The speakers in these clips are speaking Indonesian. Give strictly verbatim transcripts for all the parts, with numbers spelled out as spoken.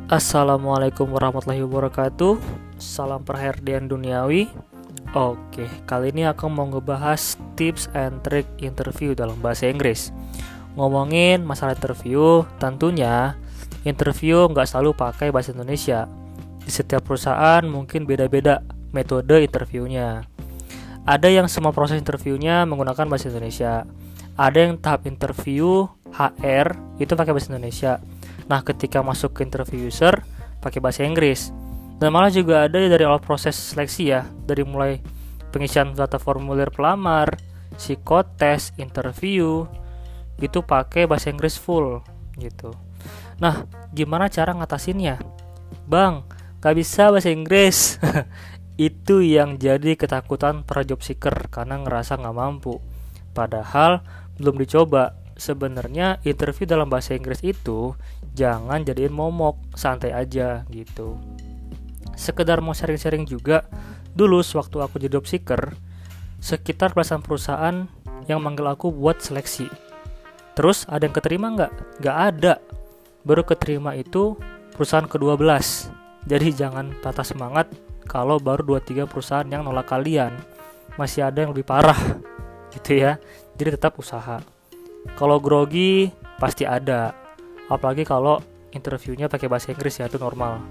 Assalamualaikum warahmatullahi wabarakatuh. Salam perhatian duniawi. Oke, kali ini aku mau ngebahas tips and trick interview dalam bahasa Inggris. Ngomongin masalah interview, tentunya interview nggak selalu pakai bahasa Indonesia. Di setiap perusahaan mungkin beda-beda metode interviewnya. Ada yang semua proses interviewnya menggunakan bahasa Indonesia. Ada yang tahap interview H R itu pakai bahasa Indonesia. Nah, ketika masuk ke interview user pakai bahasa Inggris. Dan malah juga ada dari awal proses seleksi ya, dari mulai pengisian data formulir pelamar, psikotes, interview itu pakai bahasa Inggris full gitu. Nah, gimana cara ngatasinnya? Bang, gak bisa bahasa Inggris. Itu yang jadi ketakutan para job seeker karena ngerasa gak mampu. Padahal belum dicoba. Sebenarnya interview dalam bahasa Inggris itu jangan jadiin momok, santai aja gitu. Sekedar mau sharing-sharing juga, dulu sewaktu aku jadi job seeker, sekitar belasan perusahaan yang manggil aku buat seleksi. Terus ada yang keterima nggak? Nggak ada. Baru keterima itu perusahaan kedua belas. Jadi jangan patah semangat kalau baru dua tiga perusahaan yang nolak kalian. Masih ada yang lebih parah gitu ya. Jadi tetap usaha. Kalau grogi pasti ada, apalagi kalau interviewnya pakai bahasa Inggris ya, itu normal.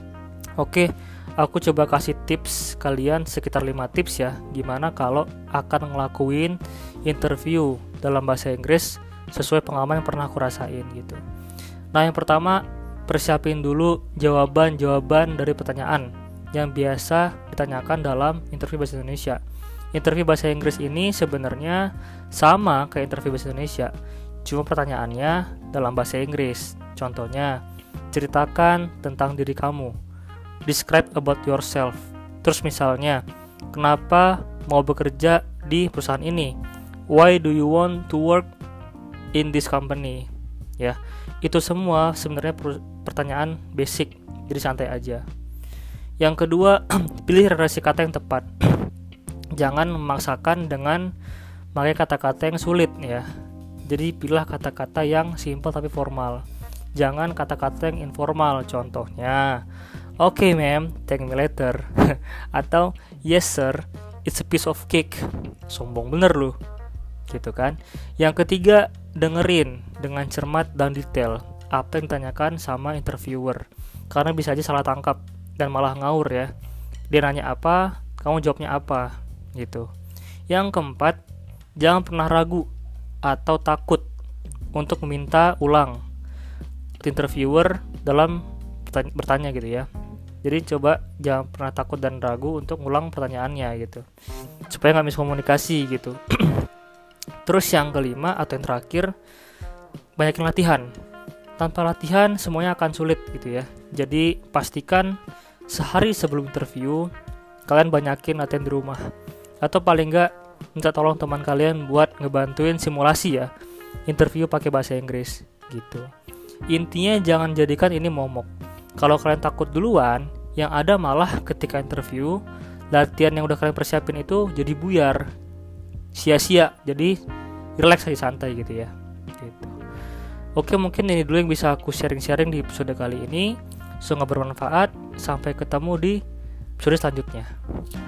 Oke, aku coba kasih tips kalian sekitar lima tips ya, gimana kalau akan ngelakuin interview dalam bahasa Inggris sesuai pengalaman yang pernah aku rasain gitu. Nah, yang pertama, persiapin dulu jawaban-jawaban dari pertanyaan yang biasa ditanyakan dalam interview bahasa Indonesia. Interview bahasa Inggris ini sebenarnya sama kayak interview bahasa Indonesia, cuma pertanyaannya dalam bahasa Inggris. Contohnya, ceritakan tentang diri kamu. Describe about yourself. Terus misalnya, kenapa mau bekerja di perusahaan ini? Why do you want to work in this company? Ya, itu semua sebenarnya pertanyaan basic, jadi santai aja. Yang kedua, pilih relasi kata yang tepat. Jangan memaksakan dengan pakai kata-kata yang sulit ya. Jadi pilih kata-kata yang simple tapi formal. Jangan kata-kata yang informal. Contohnya, oke okay, ma'am, thank me later. Atau yes sir, it's a piece of cake. Sombong bener lu. Gitu kan. Yang ketiga, dengerin dengan cermat dan detail apa yang ditanyakan sama interviewer. Karena bisa aja salah tangkap dan malah ngaur ya. Dia nanya apa, kamu jawabnya apa gitu. Yang keempat, jangan pernah ragu atau takut untuk meminta ulang interviewer dalam bertanya gitu ya. Jadi coba jangan pernah takut dan ragu untuk ngulang pertanyaannya gitu, supaya nggak miskomunikasi gitu. Terus yang kelima atau yang terakhir, banyakin latihan. Tanpa latihan semuanya akan sulit gitu ya. Jadi pastikan sehari sebelum interview kalian banyakin latihan di rumah. Atau paling enggak minta tolong teman kalian buat ngebantuin simulasi ya interview pakai bahasa Inggris gitu. Intinya jangan jadikan ini momok. Kalau kalian takut duluan, yang ada malah ketika interview latihan yang udah kalian persiapin itu jadi buyar, sia-sia. Jadi relax aja, santai gitu ya gitu. Oke, mungkin ini dulu yang bisa aku sharing-sharing di episode kali ini. Semoga bermanfaat. Sampai ketemu di episode selanjutnya.